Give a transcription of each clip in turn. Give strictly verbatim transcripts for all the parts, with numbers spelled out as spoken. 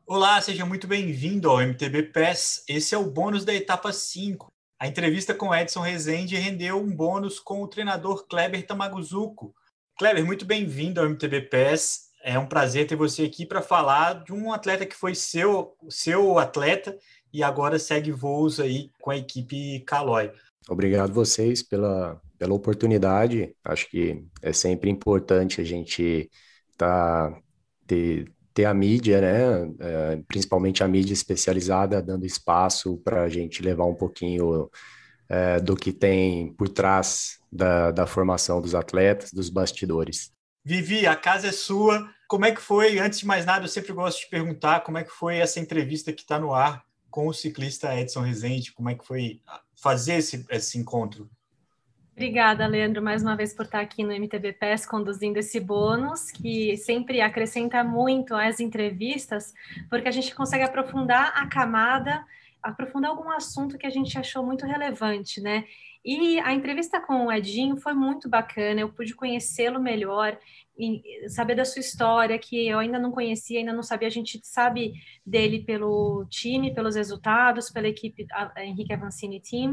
Olá, seja muito bem-vindo ao M T B Pass. Esse é o bônus da etapa cinco. A entrevista com Edson Rezende rendeu um bônus com o treinador Kleber Tamaguzuco. Kleber, muito bem-vindo ao M T B Pass. É um prazer ter você aqui para falar de um atleta que foi seu, seu atleta e agora segue voos aí com a equipe Caloi. Obrigado vocês pela, pela oportunidade. Acho que é sempre importante a gente tá, ter, ter a mídia, né? É, principalmente a mídia especializada, dando espaço para a gente levar um pouquinho é, do que tem por trás da, da formação dos atletas, dos bastidores. Vivi, a casa é sua. Como é que foi? Antes de mais nada, eu sempre gosto de perguntar como é que foi essa entrevista que está no ar com o ciclista Edson Rezende. Como é que foi fazer esse, esse encontro? Obrigada, Leandro, mais uma vez por estar aqui no M T B Pass conduzindo esse bônus, que sempre acrescenta muito às entrevistas, porque a gente consegue aprofundar a camada, aprofundar algum assunto que a gente achou muito relevante, né? E a entrevista com o Edinho foi muito bacana, eu pude conhecê-lo melhor e saber da sua história, que eu ainda não conhecia, ainda não sabia. A gente sabe dele pelo time, pelos resultados, pela equipe Henrique Avancini Team,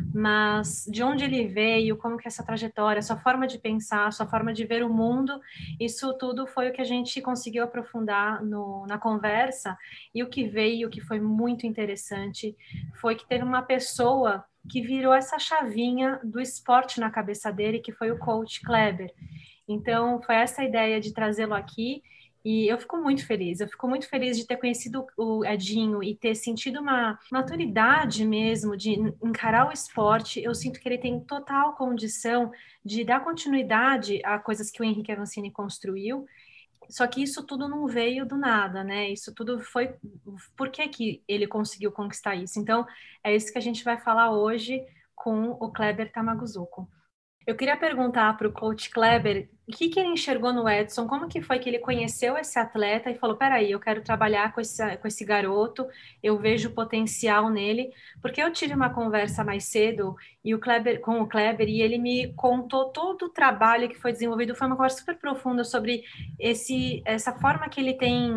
mas de onde ele veio, como que é essa trajetória, sua forma de pensar, sua forma de ver o mundo, isso tudo foi o que a gente conseguiu aprofundar no, na conversa. E o que veio, o que foi muito interessante, foi que teve uma pessoa que virou essa chavinha do esporte na cabeça dele, que foi o coach Kleber. Então, foi essa a ideia de trazê-lo aqui. E eu fico muito feliz, eu fico muito feliz de ter conhecido o Edinho e ter sentido uma maturidade mesmo de encarar o esporte. Eu sinto que ele tem total condição de dar continuidade a coisas que o Henrique Avancini construiu. Só que isso tudo não veio do nada, né? Isso tudo foi... Por que que ele conseguiu conquistar isso? Então, é isso que a gente vai falar hoje com o Kleber Tamaguzuco. Eu queria perguntar para o coach Kleber o que, que ele enxergou no Edson, como que foi que ele conheceu esse atleta e falou, peraí, eu quero trabalhar com esse, com esse garoto, eu vejo potencial nele, porque eu tive uma conversa mais cedo e o Kleber, com o Kleber e ele me contou todo o trabalho que foi desenvolvido, foi uma conversa super profunda sobre esse, essa forma que ele tem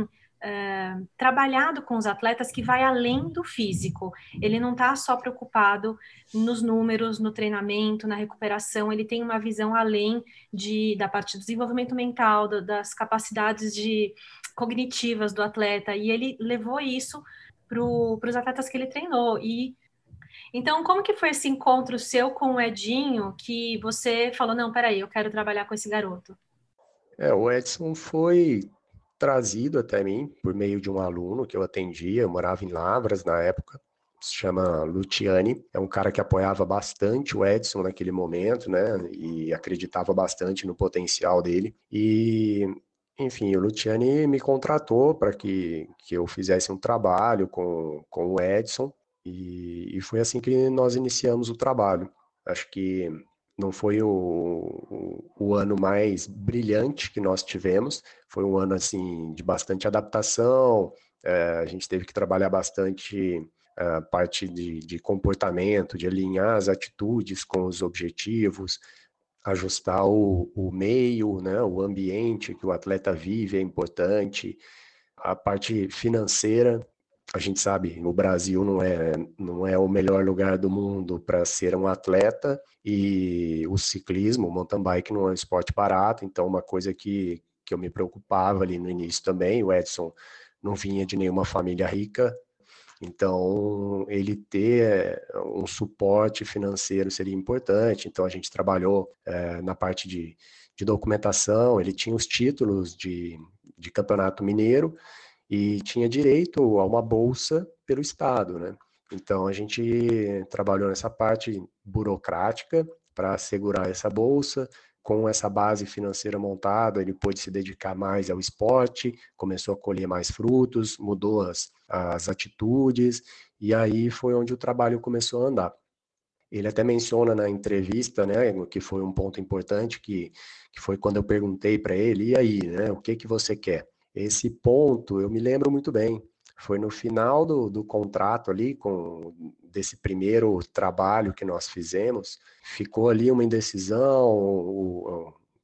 Uh, trabalhado com os atletas, que vai além do físico. Ele não está só preocupado nos números, no treinamento, na recuperação, ele tem uma visão além de, da parte do desenvolvimento mental, do, das capacidades de, cognitivas do atleta, e ele levou isso para os atletas que ele treinou. E então, como que foi esse encontro seu com o Edinho, que você falou, não, peraí, eu quero trabalhar com esse garoto? É, o Edson foi trazido até mim por meio de um aluno que eu atendia, eu morava em Lavras na época, se chama Luciani, é um cara que apoiava bastante o Edson naquele momento, né, e acreditava bastante no potencial dele, e, enfim, o Luciani me contratou para que, que eu fizesse um trabalho com, com o Edson, e, e foi assim que nós iniciamos o trabalho. Acho que não foi o, o, o ano mais brilhante que nós tivemos, foi um ano assim de bastante adaptação, é, a gente teve que trabalhar bastante a parte de, de comportamento, de alinhar as atitudes com os objetivos, ajustar o, o meio, né, o ambiente que o atleta vive é importante, a parte financeira. A gente sabe, o Brasil não é, não é o melhor lugar do mundo para ser um atleta, e o ciclismo, o mountain bike não é um esporte barato, então uma coisa que, que eu me preocupava ali no início também, o Edson não vinha de nenhuma família rica, então ele ter um suporte financeiro seria importante, então a gente trabalhou é, na parte de, de documentação, ele tinha os títulos de, de campeonato mineiro, e tinha direito a uma bolsa pelo Estado, né? Então a gente trabalhou nessa parte burocrática para assegurar essa bolsa. Com essa base financeira montada, ele pôde se dedicar mais ao esporte, começou a colher mais frutos, mudou as, as atitudes, e aí foi onde o trabalho começou a andar. Ele até menciona na entrevista, né, que foi um ponto importante, que, que foi quando eu perguntei para ele, e aí, né, o que, que você quer? Esse ponto eu me lembro muito bem. Foi no final do, do contrato ali, com desse primeiro trabalho que nós fizemos, ficou ali uma indecisão, o,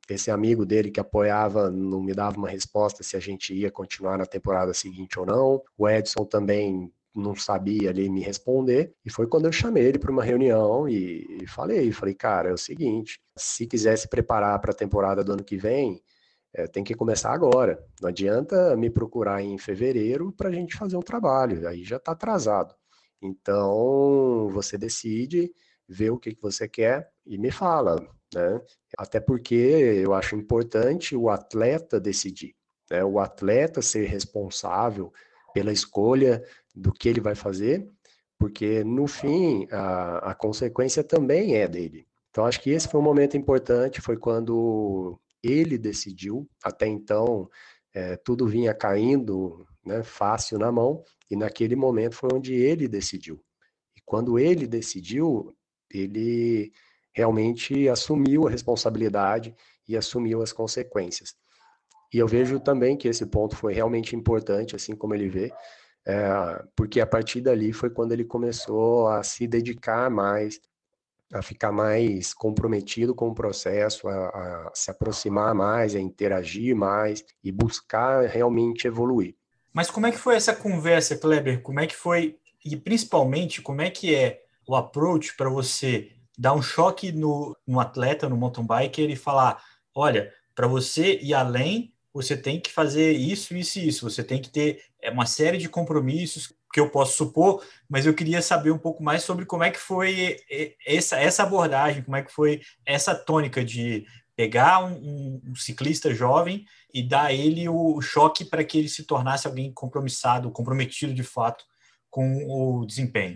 esse amigo dele que apoiava não me dava uma resposta se a gente ia continuar na temporada seguinte ou não. O Edson também não sabia ali me responder, e foi quando eu chamei ele para uma reunião e, e falei, falei, cara, é o seguinte, se quiser se preparar para a temporada do ano que vem, é, tem que começar agora. Não adianta me procurar em fevereiro para a gente fazer um trabalho, aí já está atrasado. Então, você decide, vê o que, que você quer e me fala, né? Até porque eu acho importante o atleta decidir, né? O atleta ser responsável pela escolha do que ele vai fazer, porque no fim a, a consequência também é dele. Então, acho que esse foi um momento importante, foi quando ele decidiu. Até então, é, tudo vinha caindo, né, fácil na mão, e naquele momento foi onde ele decidiu. E quando ele decidiu, ele realmente assumiu a responsabilidade e assumiu as consequências. E eu vejo também que esse ponto foi realmente importante, assim como ele vê, é, porque a partir dali foi quando ele começou a se dedicar mais, a ficar mais comprometido com o processo, a, a se aproximar mais, a interagir mais e buscar realmente evoluir. Mas como é que foi essa conversa, Kleber? Como é que foi, e principalmente, como é que é o approach para você dar um choque no, no atleta, no mountain biker e falar, olha, para você ir além, você tem que fazer isso, isso e isso, você tem que ter uma série de compromissos que eu posso supor, mas eu queria saber um pouco mais sobre como é que foi essa, essa abordagem, como é que foi essa tônica de pegar um, um, um ciclista jovem e dar a ele o choque para que ele se tornasse alguém compromissado, comprometido de fato com o desempenho.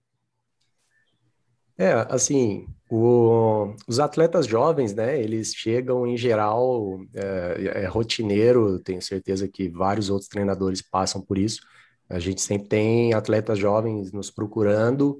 É, assim, o, os atletas jovens, né, eles chegam em geral, é, é rotineiro, tenho certeza que vários outros treinadores passam por isso. A gente sempre tem atletas jovens nos procurando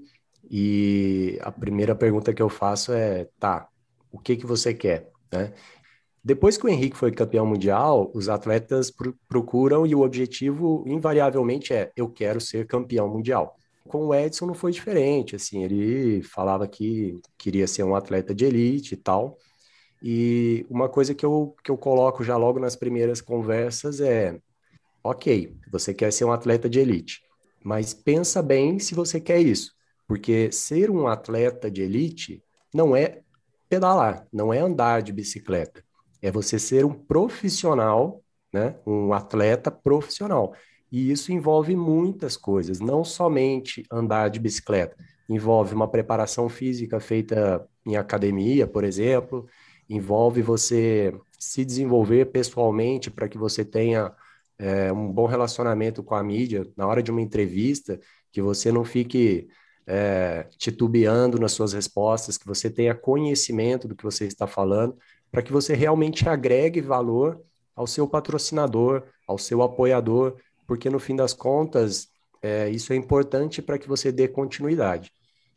e a primeira pergunta que eu faço é, tá, o que que você quer, né? Depois que o Henrique foi campeão mundial, os atletas pro- procuram e o objetivo invariavelmente é, eu quero ser campeão mundial. Com o Edson não foi diferente, assim, ele falava que queria ser um atleta de elite e tal. E uma coisa que eu, que eu coloco já logo nas primeiras conversas é, ok, você quer ser um atleta de elite, mas pensa bem se você quer isso, porque ser um atleta de elite não é pedalar, não é andar de bicicleta, é você ser um profissional, né? Um atleta profissional. E isso envolve muitas coisas, não somente andar de bicicleta, envolve uma preparação física feita em academia, por exemplo, envolve você se desenvolver pessoalmente para que você tenha é, um bom relacionamento com a mídia, na hora de uma entrevista, que você não fique é, titubeando nas suas respostas, que você tenha conhecimento do que você está falando, para que você realmente agregue valor ao seu patrocinador, ao seu apoiador, porque no fim das contas, é, isso é importante para que você dê continuidade.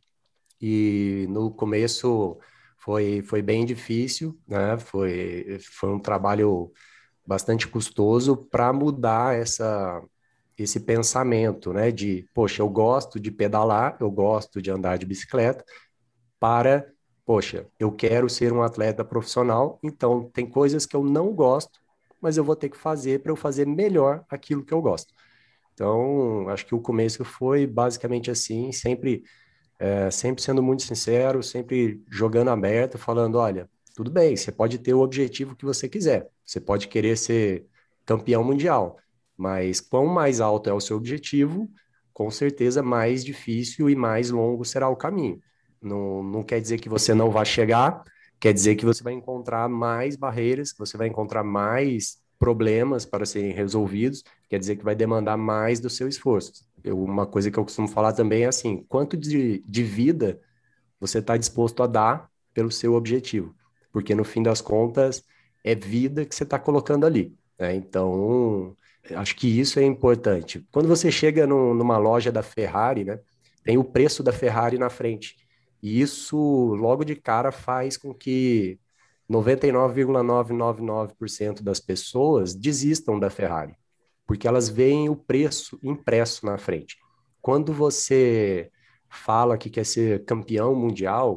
E no começo foi, foi bem difícil, né? Foi, foi um trabalho bastante custoso para mudar essa, esse pensamento, né? De, poxa, eu gosto de pedalar, eu gosto de andar de bicicleta, para, poxa, eu quero ser um atleta profissional, então tem coisas que eu não gosto, mas eu vou ter que fazer para eu fazer melhor aquilo que eu gosto. Então, acho que o começo foi basicamente assim, sempre é, sempre sendo muito sincero, sempre jogando aberto, falando, olha, tudo bem, você pode ter o objetivo que você quiser, você pode querer ser campeão mundial, mas quanto mais alto é o seu objetivo, com certeza mais difícil e mais longo será o caminho. Não, não quer dizer que você não vai chegar, quer dizer que você vai encontrar mais barreiras, que você vai encontrar mais problemas para serem resolvidos, quer dizer que vai demandar mais do seu esforço. Eu, uma coisa que eu costumo falar também é assim, quanto de, de vida você está disposto a dar pelo seu objetivo? Porque no fim das contas, é vida que você está colocando ali, né? Então, acho que isso é importante. Quando você chega no, numa loja da Ferrari, né, tem o preço da Ferrari na frente. E isso, logo de cara, faz com que noventa e nove vírgula novecentos e noventa e nove por cento das pessoas desistam da Ferrari, porque elas veem o preço impresso na frente. Quando você fala que quer ser campeão mundial,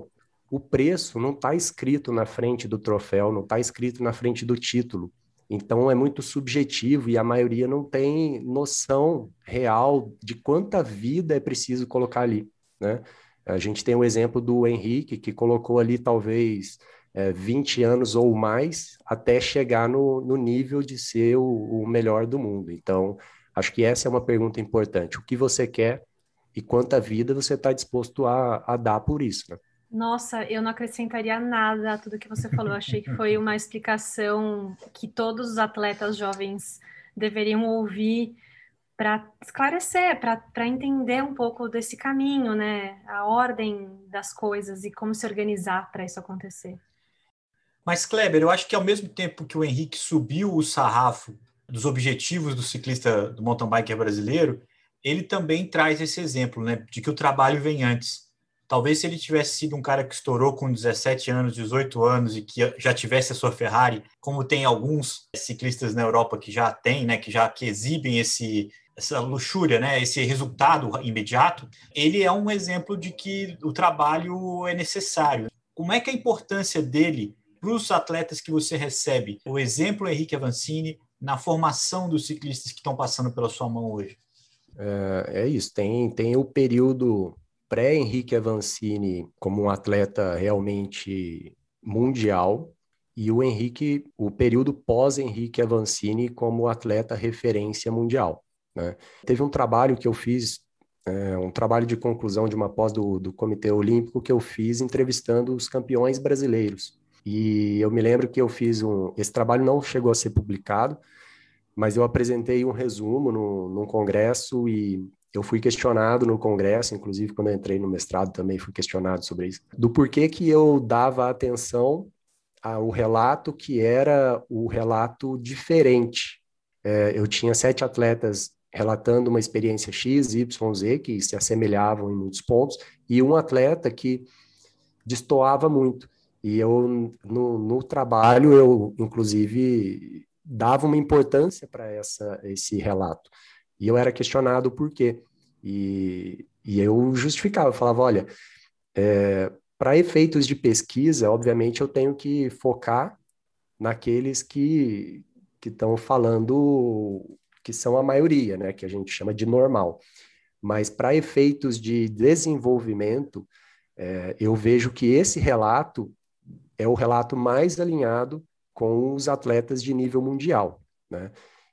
o preço não está escrito na frente do troféu, não está escrito na frente do título. Então é muito subjetivo e a maioria não tem noção real de quanta vida é preciso colocar ali, né? A gente tem o exemplo do Henrique, que colocou ali talvez é, vinte anos ou mais até chegar no, no nível de ser o, o melhor do mundo. Então, acho que essa é uma pergunta importante. O que você quer e quanta vida você está disposto a, a dar por isso, né? Nossa, eu não acrescentaria nada a tudo que você falou. Eu achei que foi uma explicação que todos os atletas jovens deveriam ouvir para esclarecer, para entender um pouco desse caminho, né? A ordem das coisas e como se organizar para isso acontecer. Mas, Kleber, eu acho que ao mesmo tempo que o Henrique subiu o sarrafo dos objetivos do ciclista, do mountain biker brasileiro, ele também traz esse exemplo, né, de que o trabalho vem antes. Talvez se ele tivesse sido um cara que estourou com dezessete anos, dezoito anos e que já tivesse a sua Ferrari, como tem alguns ciclistas na Europa que já têm, né, que já que exibem esse, essa luxúria, né, esse resultado imediato, ele é um exemplo de que o trabalho é necessário. Como é que é a importância dele para os atletas que você recebe? O exemplo Henrique Avancini na formação dos ciclistas que estão passando pela sua mão hoje. É, é isso, tem, tem o período pré-Henrique Avancini como um atleta realmente mundial e o Henrique, o período pós-Henrique Avancini como atleta referência mundial, né? Teve um trabalho que eu fiz, é, um trabalho de conclusão de uma pós do, do Comitê Olímpico que eu fiz entrevistando os campeões brasileiros. E eu me lembro que eu fiz um... Esse trabalho não chegou a ser publicado, mas eu apresentei um resumo no, num congresso e eu fui questionado no congresso, inclusive quando eu entrei no mestrado também fui questionado sobre isso, do porquê que eu dava atenção ao relato que era o relato diferente. É, eu tinha sete atletas relatando uma experiência X, Y, Z, que se assemelhavam em muitos pontos, e um atleta que destoava muito. E eu, no, no trabalho, eu, inclusive, dava uma importância para essa esse relato. E eu era questionado por quê. E, e eu justificava, eu falava, olha, é, para efeitos de pesquisa, obviamente, eu tenho que focar naqueles que que estão falando, que são a maioria, né, que a gente chama de normal. Mas para efeitos de desenvolvimento, é, eu vejo que esse relato é o relato mais alinhado com os atletas de nível mundial, né?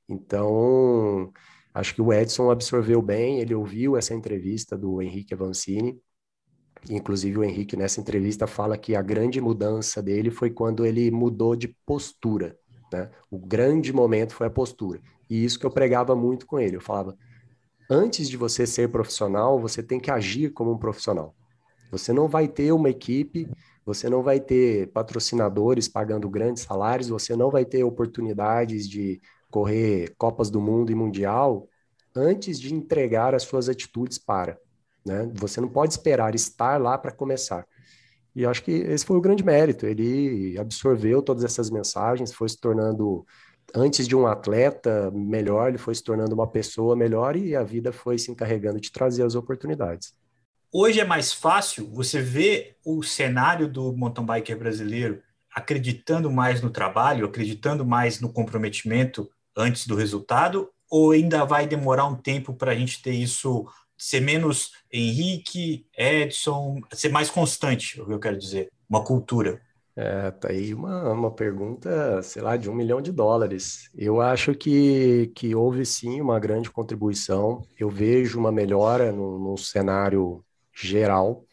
Então, acho que o Edson absorveu bem, ele ouviu essa entrevista do Henrique Avancini, inclusive o Henrique nessa entrevista fala que a grande mudança dele foi quando ele mudou de postura, né? O grande momento foi a postura, e isso que eu pregava muito com ele, eu falava, antes de você ser profissional, você tem que agir como um profissional. Você não vai ter uma equipe, você não vai ter patrocinadores pagando grandes salários, você não vai ter oportunidades de correr Copas do Mundo e Mundial antes de entregar as suas atitudes para, né? Você não pode esperar estar lá para começar. E eu acho que esse foi o grande mérito. Ele absorveu todas essas mensagens, foi se tornando, antes de um atleta melhor, ele foi se tornando uma pessoa melhor e a vida foi se encarregando de trazer as oportunidades. Hoje é mais fácil você ver o cenário do mountain biker brasileiro acreditando mais no trabalho, acreditando mais no comprometimento antes do resultado, ou ainda vai demorar um tempo para a gente ter isso, ser menos Henrique, Edson, ser mais constante, é o que eu quero dizer, uma cultura? É, tá aí uma, uma pergunta, sei lá, de um milhão de dólares. Eu acho que, que houve sim uma grande contribuição. Eu vejo uma melhora no, no cenário geral,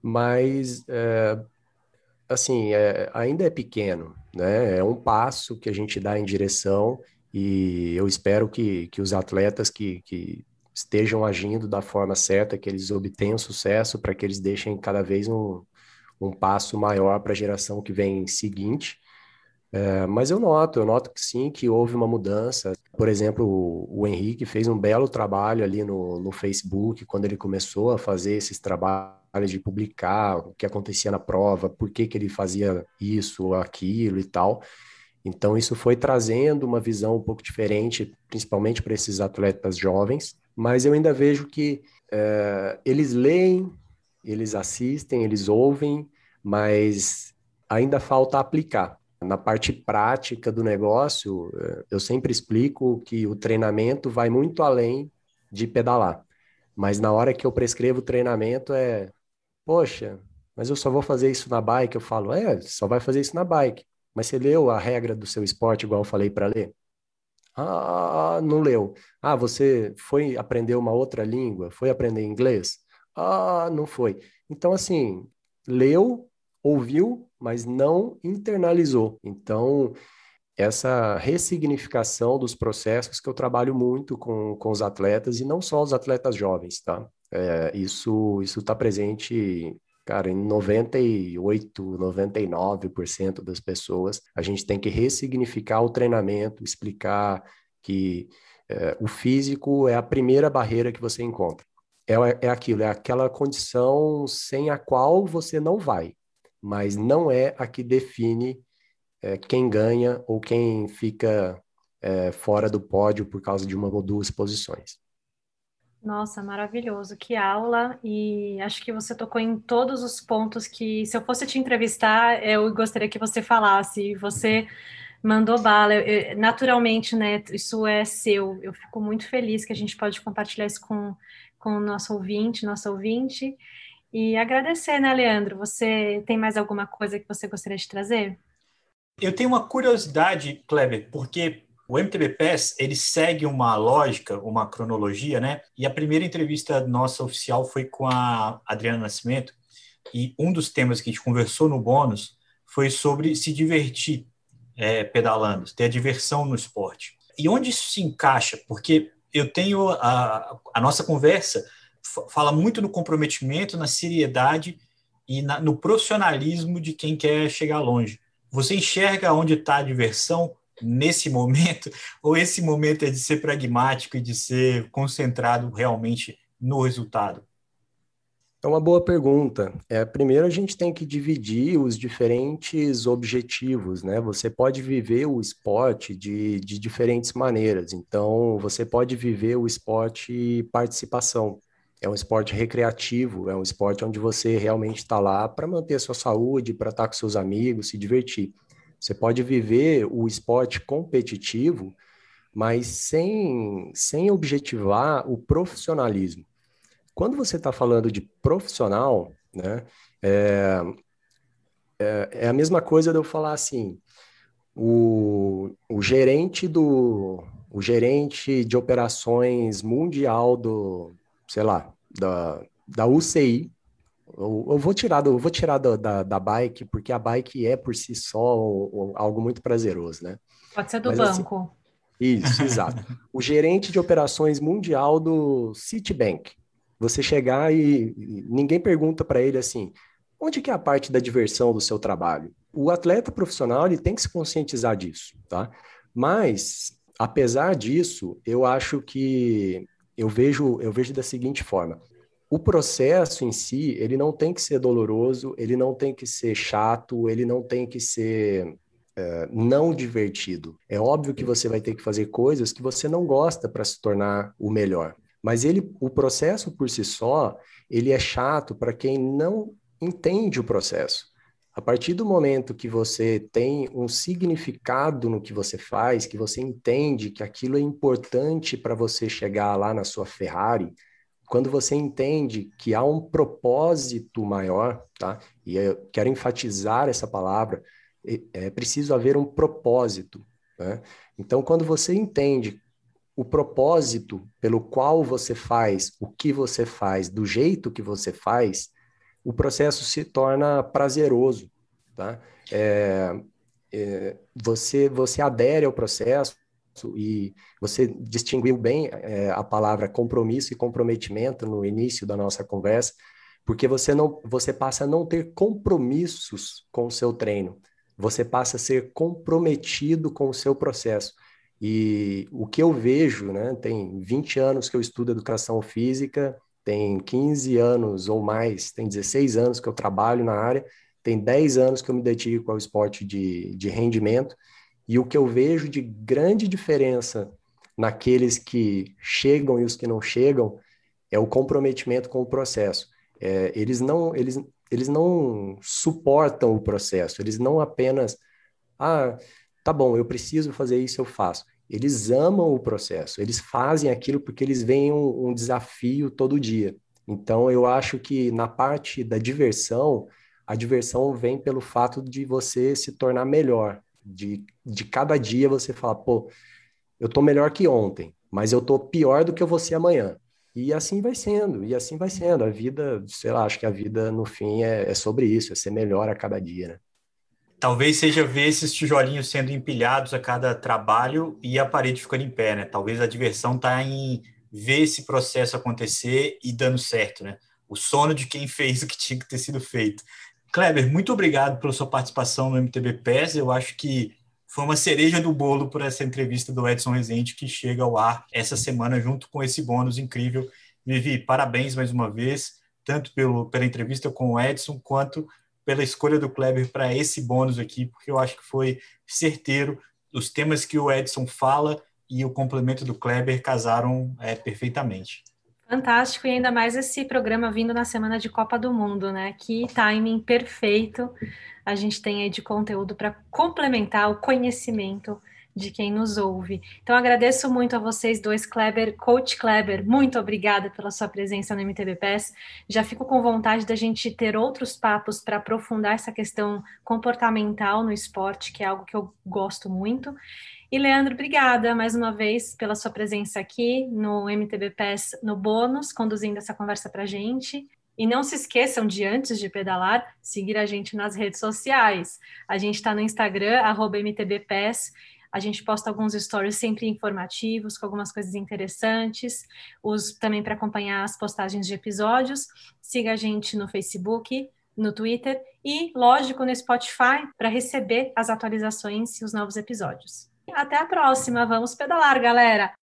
mas é, assim, é, ainda é pequeno, né? É um passo que a gente dá em direção e eu espero que, que os atletas que, que estejam agindo da forma certa, que eles obtenham sucesso para que eles deixem cada vez um, um passo maior para a geração que vem seguinte. É, mas eu noto, eu noto que sim, que houve uma mudança. Por exemplo, o, o Henrique fez um belo trabalho ali no, no Facebook, quando ele começou a fazer esses trabalhos de publicar o que acontecia na prova, por que que ele fazia isso ou aquilo e tal. Então, isso foi trazendo uma visão um pouco diferente, principalmente para esses atletas jovens, mas eu ainda vejo que é, eles leem, eles assistem, eles ouvem, mas ainda falta aplicar. Na parte prática do negócio, eu sempre explico que o treinamento vai muito além de pedalar. Mas na hora que eu prescrevo o treinamento é, poxa, mas eu só vou fazer isso na bike. Eu falo, é, só vai fazer isso na bike. Mas você leu a regra do seu esporte igual eu falei para ler? Ah, não leu. Ah, você foi aprender uma outra língua? Foi aprender inglês? Ah, não foi. Então, assim, leu, ouviu, mas não internalizou. Então, essa ressignificação dos processos que eu trabalho muito com, com os atletas, e não só os atletas jovens, tá? É, isso isso está presente, cara, em noventa e oito, noventa e nove por cento das pessoas. A gente tem que ressignificar o treinamento, explicar que é, o físico é a primeira barreira que você encontra. É, é aquilo, é aquela condição sem a qual você não vai, mas não é a que define é, quem ganha ou quem fica é, fora do pódio por causa de uma ou duas posições. Nossa, maravilhoso, que aula! E acho que você tocou em todos os pontos que, se eu fosse te entrevistar, eu gostaria que você falasse. Você mandou bala, eu- eu- naturalmente, né? Isso é seu. Eu fico muito feliz que a gente pode compartilhar isso com, com o nosso ouvinte, nossa ouvinte. E agradecer, né, Leandro? Você tem mais alguma coisa que você gostaria de trazer? Eu tenho uma curiosidade, Kleber, porque o M T B Pass ele segue uma lógica, uma cronologia, né? E a primeira entrevista nossa oficial foi com a Adriana Nascimento, e um dos temas que a gente conversou no bônus foi sobre se divertir é, pedalando, ter a diversão no esporte. E onde isso se encaixa? Porque eu tenho a, a nossa conversa fala muito no comprometimento, na seriedade e na, no profissionalismo de quem quer chegar longe. Você enxerga onde está a diversão nesse momento? Ou esse momento é de ser pragmático e de ser concentrado realmente no resultado? É uma boa pergunta. É, primeiro, a gente tem que dividir os diferentes objetivos, né? Você pode viver o esporte de, de diferentes maneiras. Então, você pode viver o esporte participação. É um esporte recreativo, é um esporte onde você realmente está lá para manter a sua saúde, para estar com seus amigos, se divertir. Você pode viver o esporte competitivo, mas sem, sem objetivar o profissionalismo. Quando você está falando de profissional, né, é, é, é a mesma coisa de eu falar assim, o, o gerente do, o gerente de operações mundial do, sei lá, da, da U C I, eu, eu vou tirar, do, eu vou tirar do, da, da bike, porque a bike é por si só um, um, algo muito prazeroso, né? Pode ser do Mas assim, banco. isso, exato. O gerente de operações mundial do Citibank. Você chegar e, e ninguém pergunta para ele assim, onde que é a parte da diversão do seu trabalho? O atleta profissional ele tem que se conscientizar disso, tá? Mas, apesar disso, eu acho que eu vejo, eu vejo da seguinte forma. O processo em si, ele não tem que ser doloroso, ele não tem que ser chato, ele não tem que ser não divertido. É óbvio que você vai ter que fazer coisas que você não gosta para se tornar o melhor. Mas ele, o processo por si só, ele é chato para quem não entende o processo. A partir do momento que você tem um significado no que você faz, que você entende que aquilo é importante para você chegar lá na sua Ferrari, quando você entende que há um propósito maior, tá? E eu quero enfatizar essa palavra, é preciso haver um propósito, né? Então, quando você entende o propósito pelo qual você faz o que você faz, do jeito que você faz, o processo se torna prazeroso, tá? É, é, você, você adere ao processo e você distinguiu bem é, a palavra compromisso e comprometimento no início da nossa conversa, porque você não, você passa a não ter compromissos com o seu treino, você passa a ser comprometido com o seu processo. E o que eu vejo, né, tem vinte anos que eu estudo educação física, tem quinze anos ou mais, tem dezesseis anos que eu trabalho na área, tem dez anos que eu me dedico ao esporte de, de rendimento, e o que eu vejo de grande diferença naqueles que chegam e os que não chegam é o comprometimento com o processo. É, eles não, eles, eles não suportam o processo, eles não apenas, ah, tá bom, eu preciso fazer isso, eu faço. Eles amam o processo, eles fazem aquilo porque eles veem um, um desafio todo dia. Então, eu acho que na parte da diversão, a diversão vem pelo fato de você se tornar melhor, de, de cada dia você falar, pô, eu tô melhor que ontem, mas eu tô pior do que eu vou ser amanhã. E assim vai sendo, e assim vai sendo. A vida, sei lá, acho que a vida, no fim, é, é sobre isso, é ser melhor a cada dia, né? Talvez seja ver esses tijolinhos sendo empilhados a cada trabalho e a parede ficando em pé, né? Talvez a diversão está em ver esse processo acontecer e dando certo, né? O sono de quem fez o que tinha que ter sido feito. Kleber, muito obrigado pela sua participação no M T B Pass. Eu acho que foi uma cereja do bolo por essa entrevista do Edson Rezende que chega ao ar essa semana junto com esse bônus incrível. Vivi, parabéns mais uma vez, tanto pelo, pela entrevista com o Edson, quanto pela escolha do Kleber para esse bônus aqui, porque eu acho que foi certeiro. Os temas que o Edson fala e o complemento do Kleber casaram é, perfeitamente. Fantástico, e ainda mais esse programa vindo na semana de Copa do Mundo, né? Que timing perfeito a gente tem aí de conteúdo para complementar o conhecimento de quem nos ouve. Então, agradeço muito a vocês dois, Kleber, Coach Kleber, muito obrigada pela sua presença no M T B Pass. Já fico com vontade da gente ter outros papos para aprofundar essa questão comportamental no esporte, que é algo que eu gosto muito. E, Leandro, obrigada mais uma vez pela sua presença aqui no M T B Pass no bônus, conduzindo essa conversa para a gente. E não se esqueçam de, antes de pedalar, seguir a gente nas redes sociais. A gente está no Instagram, arroba M T B Pass. A gente posta alguns stories sempre informativos, com algumas coisas interessantes. Os, também para acompanhar as postagens de episódios. Siga a gente no Facebook, no Twitter e, lógico, no Spotify para receber as atualizações e os novos episódios. Até a próxima, vamos pedalar, galera!